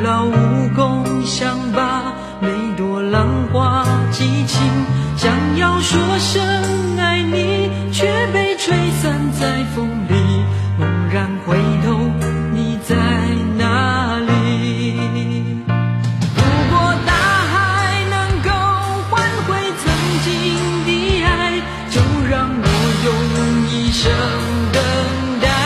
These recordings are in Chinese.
劳无功，想把每朵浪花记清，想要说声爱你，却被吹散在风里。猛然回头，你在哪里？如果大海能够换回曾经的爱，就让我用一生等待。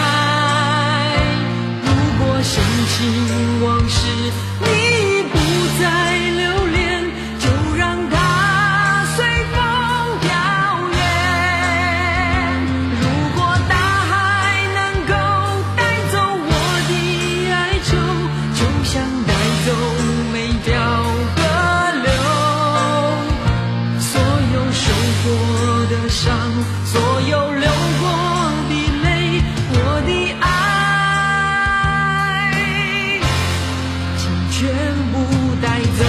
如果深情往事你不再留恋，就让它随风飘远。如果大海能够带走我的哀愁，就像带走每条河流。所有受过的伤，所有流过的泪，我的爱请全部带走。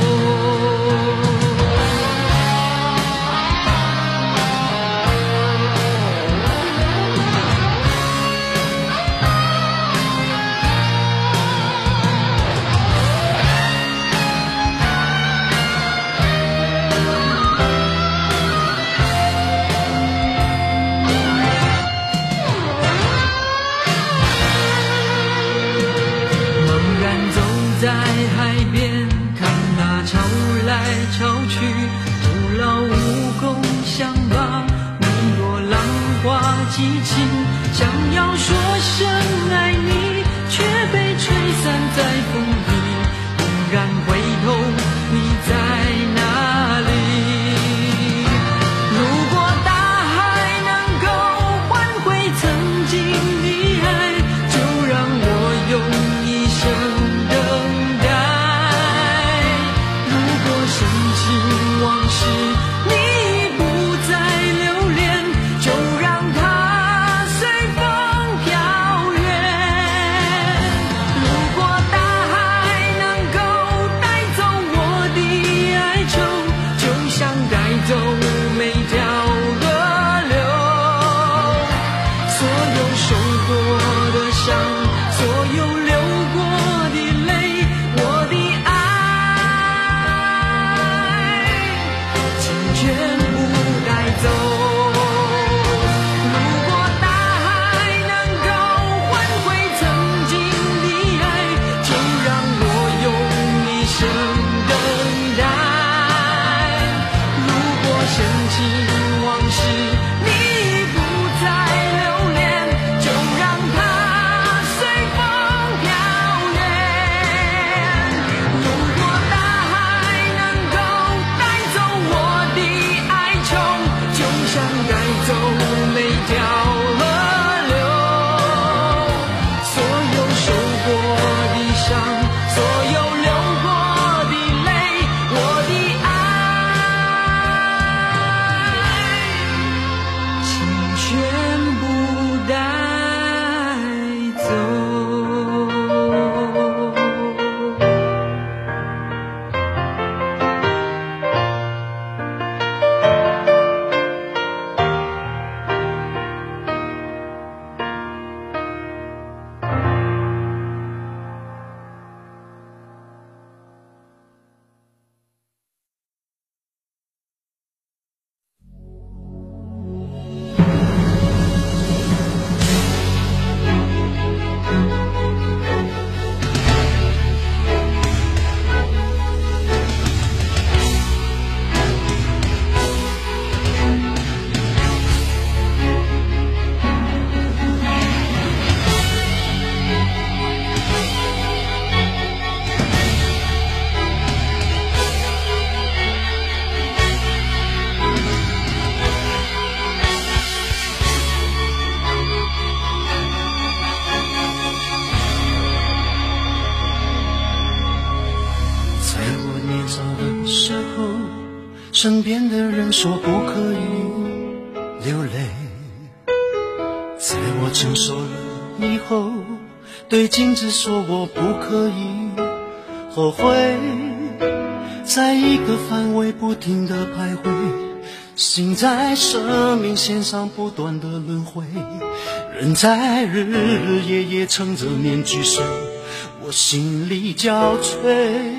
在海边看那潮来潮去，徒劳无功，想把每朵浪花记清，想要说声爱你，却被吹散在风里。猛然回头，你在哪里？如果大海能够换回曾经的爱，就让我用一生往事你不再留恋，就让它随风飘远。如果大海能够带走我的哀愁，就像带走每条河流。所有受过的伤，所有流过的泪，我的爱全部带走。如果大海能够换回曾经的爱，就让我用一生等待。如果深情往事你不再留恋，就让它随风飘远。如果大海能够带走我的哀愁，就像带走每条河流。所有受过的伤，所有流过的泪，我的爱请全部带走。 身边的人说不可以流泪，在我成熟了以后，对镜子说我不可以后悔，在一个范围不停地徘徊，心在生命线上不断的轮回，人在日日夜夜撑着面具睡，我我心里交瘁。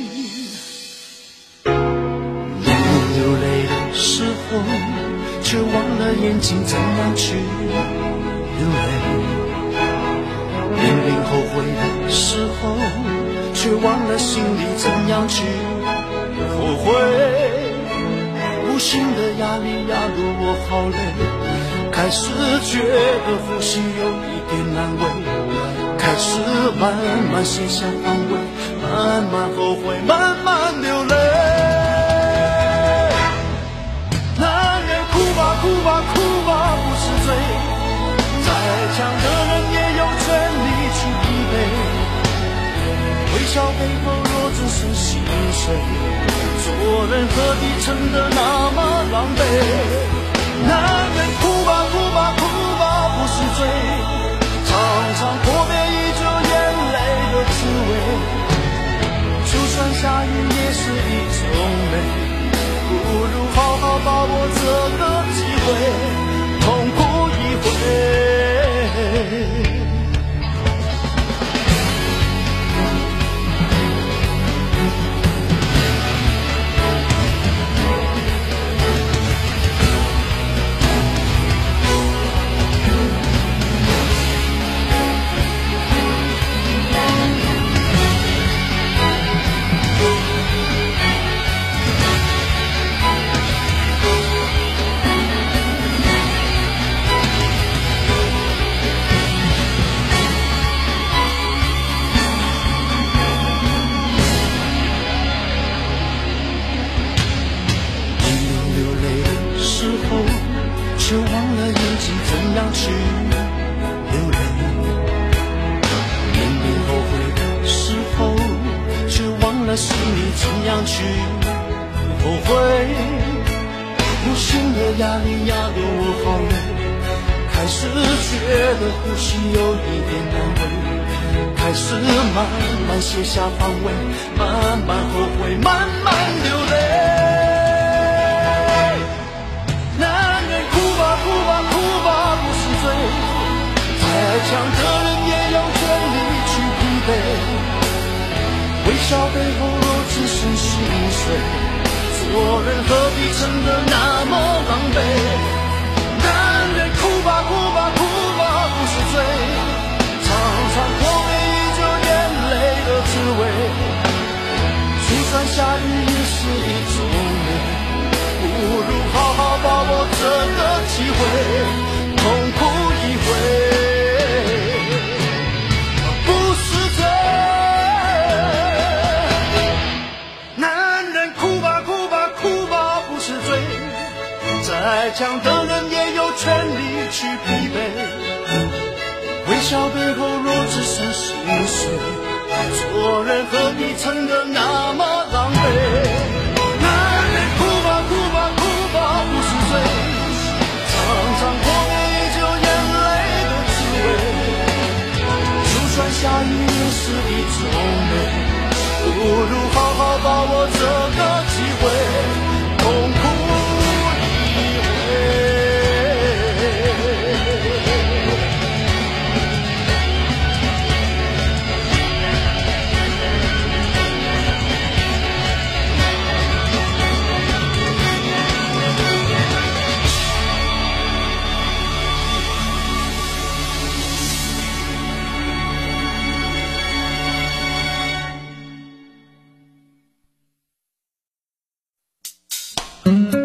流泪的时候，却忘了眼睛怎样去流泪。明明后悔的时候，却忘了心里怎样去后悔。无形的压力压得我好累，开始觉得呼吸有一点难为，开始慢慢卸下防卫，慢慢后悔，慢慢流泪。男人哭吧哭吧哭吧不是罪，再强的人也有权利去疲惫。微笑背后若只剩心碎，做人何必撑得那么狼狈。男人哭吧哭吧哭吧不是罪，常常破灭依旧眼泪的滋味。就算下雨也是一种美，不如好好把握这个机会，痛哭一回。却忘了眼睛怎样去流泪，明明后悔的时候，却忘了心里怎样去后悔。无形的压力压得我好累，开始觉得呼吸有一点难为，开始慢慢卸下防卫，慢慢后悔，慢慢流泪。再强的人也有权利去疲惫，微笑背后若只剩心碎，做人何必撑得那么狼狈。男人哭吧哭吧哭吧不是罪，常常破灭依旧眼泪的滋味。就算下雨也是一种美，不如好好把握这个机会，痛哭一回。再强的人也有权利去疲惫，微笑背后若只剩心碎，做人何必撑得那么狼狈。男人哭吧哭吧哭吧不是罪，常常破灭依旧眼泪的滋味。就算下雨也是一种美，不如好好把握这个机会，痛哭一回。